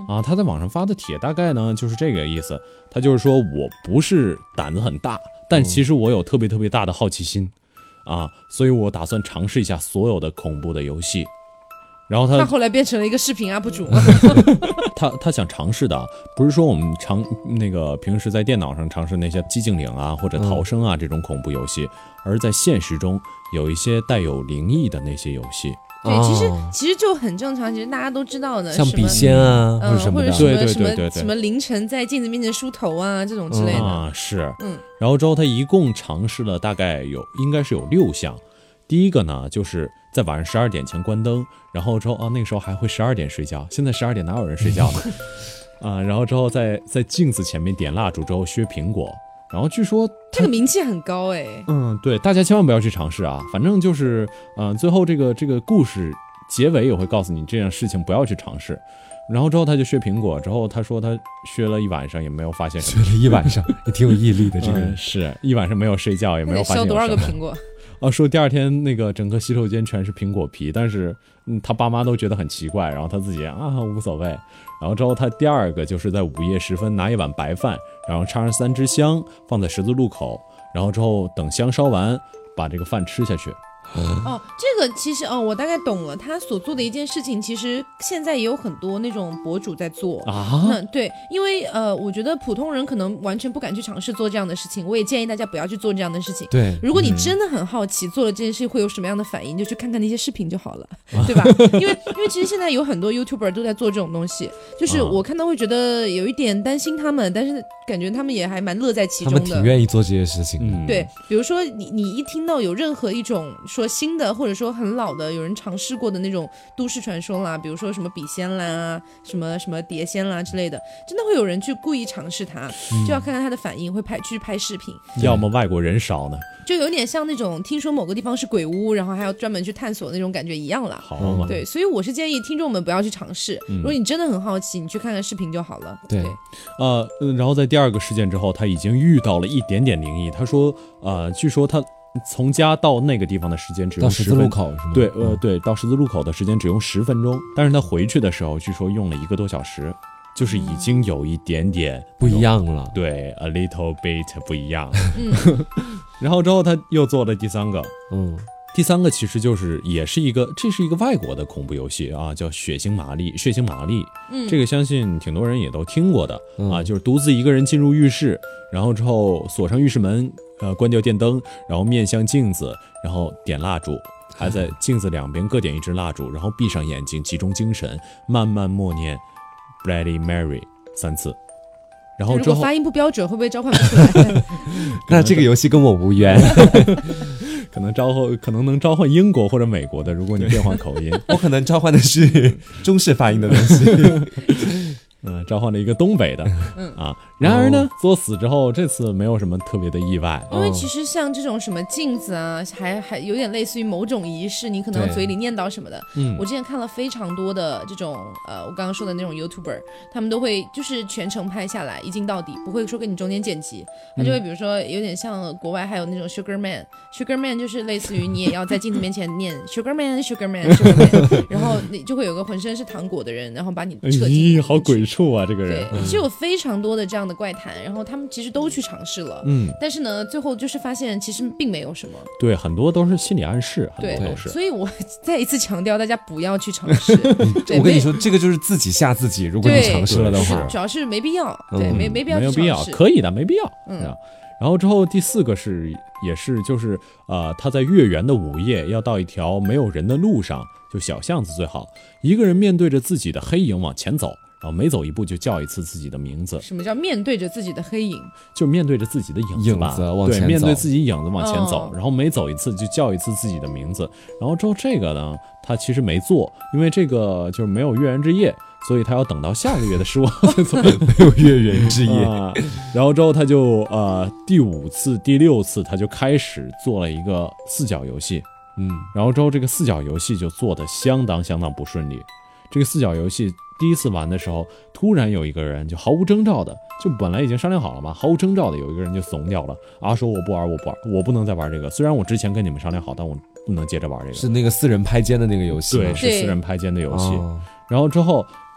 嗯啊，他在网上发的帖大概呢就是这个意思，他就是说我不是胆子很大，但其实我有特别特别大的好奇心啊，所以我打算尝试一下所有的恐怖的游戏。然后他他后来变成了一个视频 U P 主他他想尝试的不是说我们常那个平时在电脑上尝试那些寂静岭啊或者逃生啊、嗯、这种恐怖游戏，而在现实中有一些带有灵异的那些游戏。 对，其实其实就很正常，其实大家都知道的， 像笔仙啊， 嗯，或者什么对对对对什么凌晨在镜子面前梳头啊这种之类的啊，是，嗯，然后之后他一共尝试了大概有应该是有六项。第一个呢，就是在晚上十二点前关灯，然后之后啊，那个时候还会十二点睡觉，现在十二点哪有人睡觉呢？啊，然后之后在在镜子前面点蜡烛之后削苹果，然后据说这个名气很高哎。 嗯，对，大家千万不要去尝试啊，反正就是，嗯、呃，最后这个这个故事结尾也会告诉你这样事情不要去尝试。然后之后他就削苹果，之后他说他削了一晚上也没有发现什么， 削了一晚上也挺有毅力的，这个人、 嗯、是一晚上没有睡觉也没有发现有什么。 削多少个苹果？ 啊，说第二天那个整个洗手间全是苹果皮，但是嗯，他爸妈都觉得很奇怪，然后他自己啊无所谓。然后之后他第二个就是在午夜时分拿一碗白饭，然后插上三支香放在十字路口，然后之后等香烧完把这个饭吃下去。 哦，这个其实哦，我大概懂了，他所做的一件事情，其实现在也有很多那种博主在做啊。 那对，因为呃，我觉得普通人可能完全不敢去尝试做这样的事情，我也建议大家不要去做这样的事情。 对， 如果你真的很好奇、嗯、做了这件事会有什么样的反应，就去看看那些视频就好了，对吧？因为因为其实现在有很多 YouTuber 都在做这种东西，就是我看到会觉得有一点担心他们，但是感觉他们也还蛮乐在其中的， 他们挺愿意做这些事情的。 嗯、 对，比如说你你一听到有任何一种说新的或者说很老的有人尝试过的那种都市传说啦，比如说什么笔仙啦什么什么碟仙啦之类的，真的会有人去故意尝试它、嗯、就要看看他的反应，会拍去拍视频。 要么外国人少呢， 就有点像那种听说某个地方是鬼屋，然后还要专门去探索那种感觉一样啦。 好嘛， 对，所以我是建议听众们不要去尝试、嗯、如果你真的很好奇，你去看看视频就好了。 对， 对呃然后在第二个事件之后，他已经遇到了一点点灵异。他说呃据说他从家到那个地方的时间只用十字路口是吗？ 对，呃，对，到十字路口的时间只用十分钟，但是他回去的时候，据说用了一个多小时，就是已经有一点点不一样了。 对 ，a little bit 不一样。嗯，然后之后他又做了第三个，嗯，第三个其实就是也是一个，这是一个外国的恐怖游戏啊，叫《血腥玛丽》。血腥玛丽，嗯，这个相信挺多人也都听过的、嗯、啊，就是独自一个人进入浴室，然后之后锁上浴室门。呃，关掉电灯，然后面向镜子，然后点蜡烛，还在镜子两边各点一支蜡烛，然后闭上眼睛，集中精神，慢慢默念 Bloody Mary 三次。然后之后如果发音不标准，会不会召唤不出来？ 那这个游戏跟我无缘。 可能召唤，可能能召唤英国或者美国的，如果你变换口音。 我可能召唤的是中式发音的东西。 嗯，召唤了一个东北的，嗯啊，然而呢，哦、作死之后，这次没有什么特别的意外， 因为其实像这种什么镜子啊，还还有点类似于某种仪式，你可能嘴里念叨什么的。嗯，我之前看了非常多的这种呃，我刚刚说的那种 YouTuber， 他们都会就是全程拍下来，一镜到底，不会说跟你中间剪辑，他就会比如说有点像国外还有那种 Sugar Man，Sugar Man 就是类似于你也要在镜子面前念 Sugar Man，Sugar Man，Sugar Man， 然后你就会有个浑身是糖果的人，然后把你扯进。 咦，好鬼畜啊，这个人。 对，其实有非常多的这样的怪谈，然后他们其实都去尝试了，嗯，但是呢，最后就是发现其实并没有什么。 对，很多都是心理暗示，很多都是。 所以我再一次强调，大家不要去尝试。 我跟你说，这个就是自己吓自己。如果你尝试了的话， 主要是没必要，对，嗯、没没必要去尝试， 没有必要，可以的，没必要。嗯。然后之后第四个是也是就是呃他在月圆的午夜要到一条没有人的路上，就小巷子最好，一个人面对着自己的黑影往前走。然后每走一步就叫一次自己的名字。 什么叫面对着自己的黑影？ 就面对着自己的影子吧， 影子往前走， 对，面对自己影子往前走、哦，然后每走一次就叫一次自己的名字。然后之后这个呢，他其实没做，因为这个就是没有月圆之夜，所以他要等到下个月的十五号才做。 没有月圆之夜、 啊。然后之后他就呃第五次、第六次他就开始做了一个四角游戏，嗯，然后之后这个四角游戏就做得相当相当不顺利。这个四角游戏第一次玩的时候，突然有一个人就毫无征兆的，就本来已经商量好了嘛，毫无征兆的有一个人就怂掉了啊，说我不玩，我不玩，我不能再玩这个。虽然我之前跟你们商量好，但我不能接着玩这个。 是那个四人拍肩的那个游戏吗？ 对，是四人拍肩的游戏。哦、然后之后，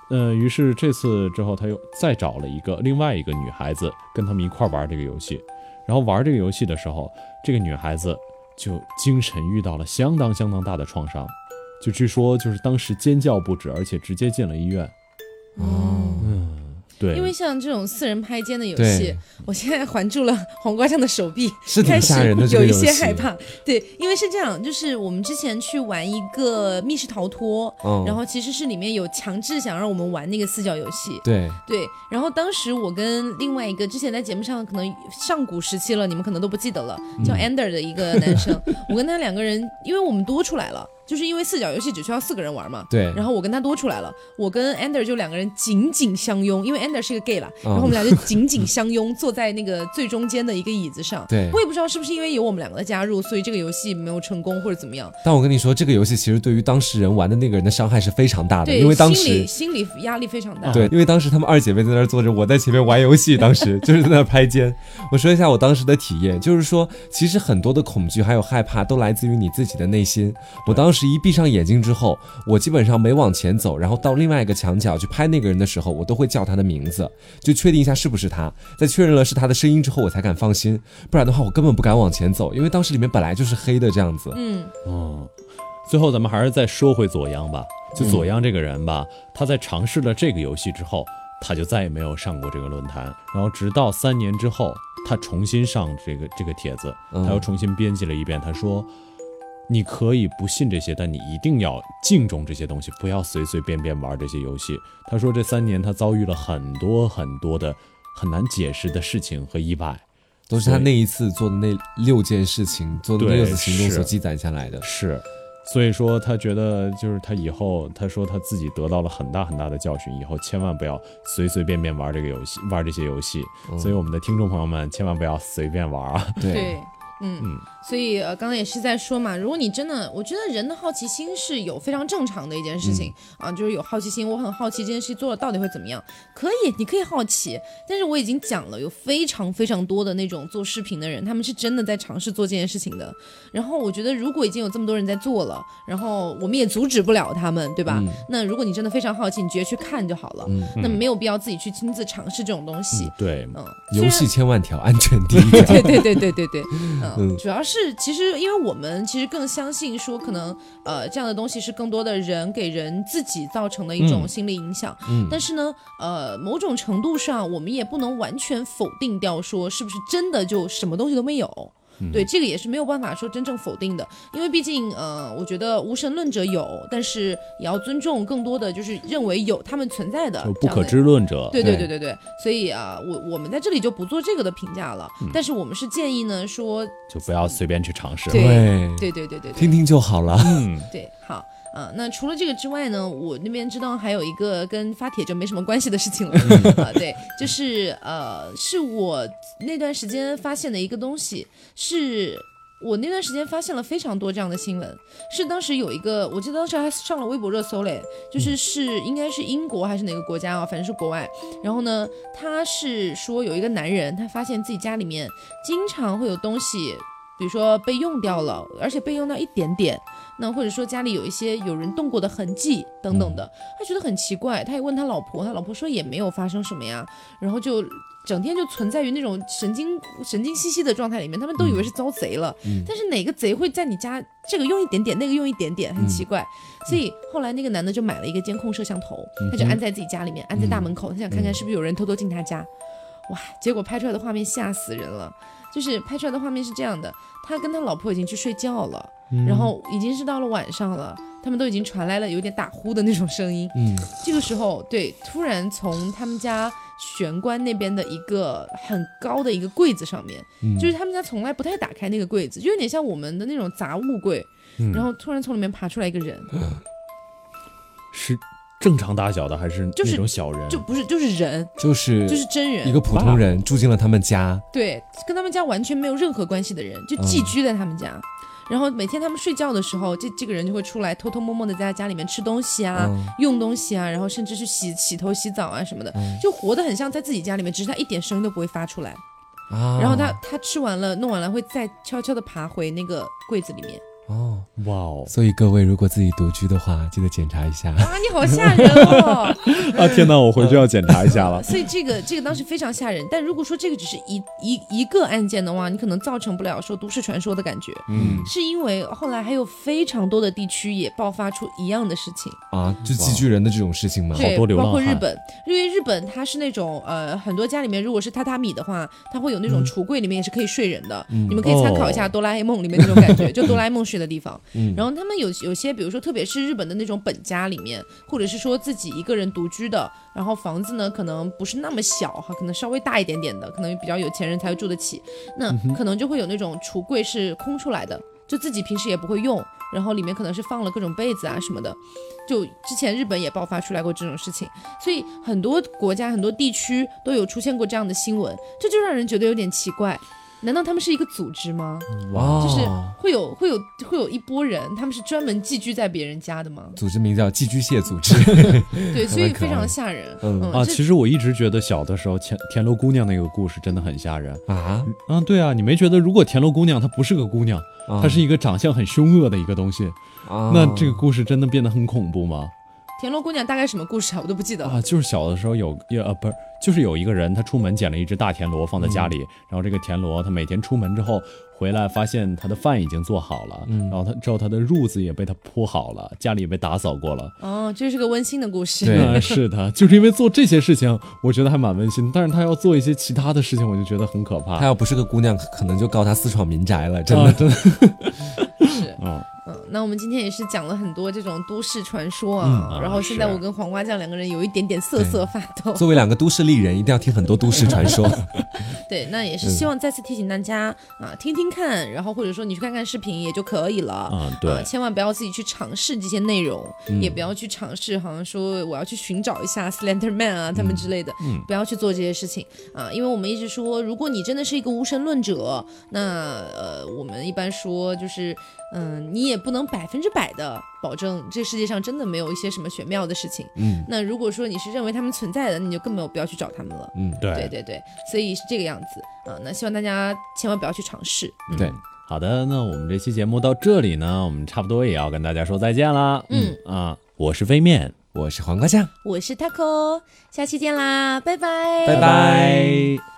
呃，于是这次之后，他又再找了一个另外一个女孩子跟他们一块玩这个游戏。然后玩这个游戏的时候，这个女孩子就精神遇到了相当相当大的创伤，就据说就是当时尖叫不止，而且直接进了医院。 哦， 嗯，对， 因为像这种四人拍肩的游戏，我现在环住了黄瓜酱的手臂， 是挺吓人的， 有一些害怕。对，因为是这样，就是我们之前去玩一个密室逃脱，嗯、然后其实是里面有强制想让我们玩那个四角游戏。 对对，然后当时我跟另外一个之前在节目上可能上古时期了，你们可能都不记得了，叫 Ander 的一个男生，嗯、我跟他两个人，因为我们多出来了。就是因为四角游戏只需要四个人玩嘛， 对。 然后我跟他多出来了，我跟 Ander 就两个人紧紧相拥，因为 Ander 是个 gay 啦，嗯、然后我们俩就紧紧相拥，坐在那个最中间的一个椅子上。 对， 我也不知道是不是因为有我们两个的加入，所以这个游戏没有成功或者怎么样。 但我跟你说，这个游戏其实对于当事人玩的那个人的伤害是非常大的， 对， 因为当时心理心理压力非常大。 对，因为当时他们二姐妹在那儿坐着，我在前面玩游戏，当时就是在那儿拍肩。我说一下我当时的体验，就是说，其实很多的恐惧还有害怕都来自于你自己的内心。我当时一闭上眼睛之后，我基本上每往前走，然后到另外一个墙角去拍那个人的时候，我都会叫他的名字，就确定一下是不是他。在确认了是他的声音之后，我才敢放心，不然的话我根本不敢往前走，因为当时里面本来就是黑的这样子。 嗯哦，最后咱们还是再说回左央吧。就左央这个人吧，嗯、他在尝试了这个游戏之后，他就再也没有上过这个论坛，然后直到三年之后，他重新上这个这个帖子，他又重新编辑了一遍，他说。你可以不信这些，但你一定要敬重这些东西，不要随随便便玩这些游戏。他说这三年他遭遇了很多很多的很难解释的事情和意外， 都是他那一次做的那六件事情，做的那六次行动所记载下来的。 是，所以说他觉得就是他以后，他说他自己得到了很大很大的教训，以后千万不要随随便便玩这个游戏，玩这些游戏。嗯、所以我们的听众朋友们千万不要随便玩啊。 对。 对嗯，嗯所以呃，刚刚也是在说嘛，如果你真的，我觉得人的好奇心是有非常正常的一件事情、嗯、啊，就是有好奇心，我很好奇这件事做了到底会怎么样，可以，你可以好奇，但是我已经讲了，有非常非常多的那种做视频的人，他们是真的在尝试做这件事情的。然后我觉得，如果已经有这么多人在做了，然后我们也阻止不了他们，对吧？嗯、那如果你真的非常好奇，你直接去看就好了，嗯、那么没有必要自己去亲自尝试这种东西。 嗯、对， 嗯，游戏千万条，安全第一条。 对对对对对对，嗯。嗯，主要是其实因为我们其实更相信说可能呃这样的东西是更多的人给人自己造成的一种心理影响，嗯，但是呢呃某种程度上我们也不能完全否定掉说是不是真的就什么东西都没有。对，这个也是没有办法说真正否定的，因为毕竟呃我觉得无神论者有，但是也要尊重更多的就是认为有他们存在的就不可知论者。 对对对对对，所以啊我我们在这里就不做这个的评价了、嗯、但是我们是建议呢说就不要随便去尝试。 对对对对对， 听听就好了。 嗯， 对，好。啊，那除了这个之外呢，我那边知道还有一个跟发帖就没什么关系的事情了。啊，对，就是呃，是我那段时间发现的一个东西，是我那段时间发现了非常多这样的新闻，是当时有一个，我记得当时还上了微博热搜嘞，就是是应该是英国还是哪个国家啊，反正是国外。然后呢，他是说有一个男人，他发现自己家里面经常会有东西。比如说被用掉了，而且被用到一点点，那或者说家里有一些有人动过的痕迹等等的，他觉得很奇怪，他也问他老婆，他老婆说也没有发生什么呀，然后就整天就存在于那种神经神经兮兮的状态里面，他们都以为是遭贼了，嗯、但是哪个贼会在你家这个用一点点，那个用一点点，很奇怪，嗯、所以后来那个男的就买了一个监控摄像头，嗯、他就安在自己家里面，安在大门口，他想看看是不是有人偷偷进他家，哇，结果拍出来的画面吓死人了。就是拍出来的画面是这样的，他跟他老婆已经去睡觉了，嗯、然后已经是到了晚上了，他们都已经传来了有点打呼的那种声音。嗯，这个时候，对，突然从他们家玄关那边的一个很高的一个柜子上面，嗯、就是他们家从来不太打开那个柜子，就有点像我们的那种杂物柜，嗯、然后突然从里面爬出来一个人，嗯、 是。正常大小的还是那种小人？ 就不是，就是人， 就是就是真人， 一个普通人住进了他们家， 对，跟他们家完全没有任何关系的人，就寄居在他们家。嗯、然后每天他们睡觉的时候，这这个人就会出来偷偷摸摸的在家里面吃东西啊，嗯、用东西啊，然后甚至去洗洗头、洗澡啊什么的，嗯、就活得很像在自己家里面，只是他一点声音都不会发出来。啊、然后他他吃完了、弄完了，会再悄悄的爬回那个柜子里面。 哦， 哇哦！ 所以各位如果自己独居的话，记得检查一下。 啊，你好吓人哦！ 啊天哪，我回去要检查一下了。 所以这个这个当时非常吓人。但如果说这个只是一一一个案件的话，你可能造成不了说都市传说的感觉。嗯，是因为后来还有非常多的地区也爆发出一样的事情啊，就寄居人的这种事情吗？ 好多流浪汉， 包括日本，因为日本它是那种呃很多家里面如果是榻榻米的话，它会有那种橱柜里面也是可以睡人的。嗯、你们可以参考一下哆啦 A 梦里面那种感觉，哦、就哆啦 A 梦睡的地方。嗯、然后他们有有些，比如说特别是日本的那种本家里面，或者是说自己一个人独居的，然后房子呢可能不是那么小哈，可能稍微大一点点的，可能比较有钱人才会住得起，那可能就会有那种橱柜是空出来的，就自己平时也不会用，然后里面可能是放了各种被子啊什么的。就之前日本也爆发出来过这种事情，所以很多国家很多地区都有出现过这样的新闻，这就让人觉得有点奇怪。难道他们是一个组织吗？哇，就是会有会有会有一拨人，他们是专门寄居在别人家的吗？ 组织名叫寄居蟹组织。 对，所以非常吓人。 嗯, 嗯啊，其实我一直觉得小的时候田田螺姑娘那个故事真的很吓人啊。嗯，对啊，你没觉得如果田螺姑娘她不是个姑娘，啊、她是一个长相很凶恶的一个东西，啊、那这个故事真的变得很恐怖吗？ 田螺姑娘大概什么故事啊？我都不记得了啊。就是小的时候有呃不是，就是有一个人他出门捡了一只大田螺放在家里，嗯、然后这个田螺他每天出门之后回来发现他的饭已经做好了，嗯、然后他之后他的褥子也被他铺好了，家里也被打扫过了。 哦，这是个温馨的故事。 对、啊，是的，就是因为做这些事情，我觉得还蛮温馨。但是他要做一些其他的事情，我就觉得很可怕。 他要不是个姑娘，可能就告他私闯民宅了，真的，啊、真的是啊。嗯，那我们今天也是讲了很多这种都市传说啊，嗯、然后现在我跟黄瓜酱两个人有一点点瑟瑟发抖。 作为两个都市丽人，一定要听很多都市传说。 对，那也是希望再次提醒大家、嗯、啊，听听看，然后或者说你去看看视频也就可以了。 嗯，对、 啊，千万不要自己去尝试这些内容，嗯、也不要去尝试，好像说我要去寻找一下 Slenderman 啊他们之类的，嗯，不要去做这些事情啊，因为我们一直说，如果你真的是一个无神论者，那呃，我们一般说就是。嗯，你也不能百分之百的保证这世界上真的没有一些什么玄妙的事情。嗯，那如果说你是认为他们存在的，你就更没有必要去找他们了。 嗯，对， 对对对，所以是这个样子啊。那希望大家千万不要去尝试。 嗯、对，好的，那我们这期节目到这里呢，我们差不多也要跟大家说再见啦。嗯啊，我是飞面， 我是黄瓜酱， 我是 Taco， 下期见啦，拜拜， 拜拜。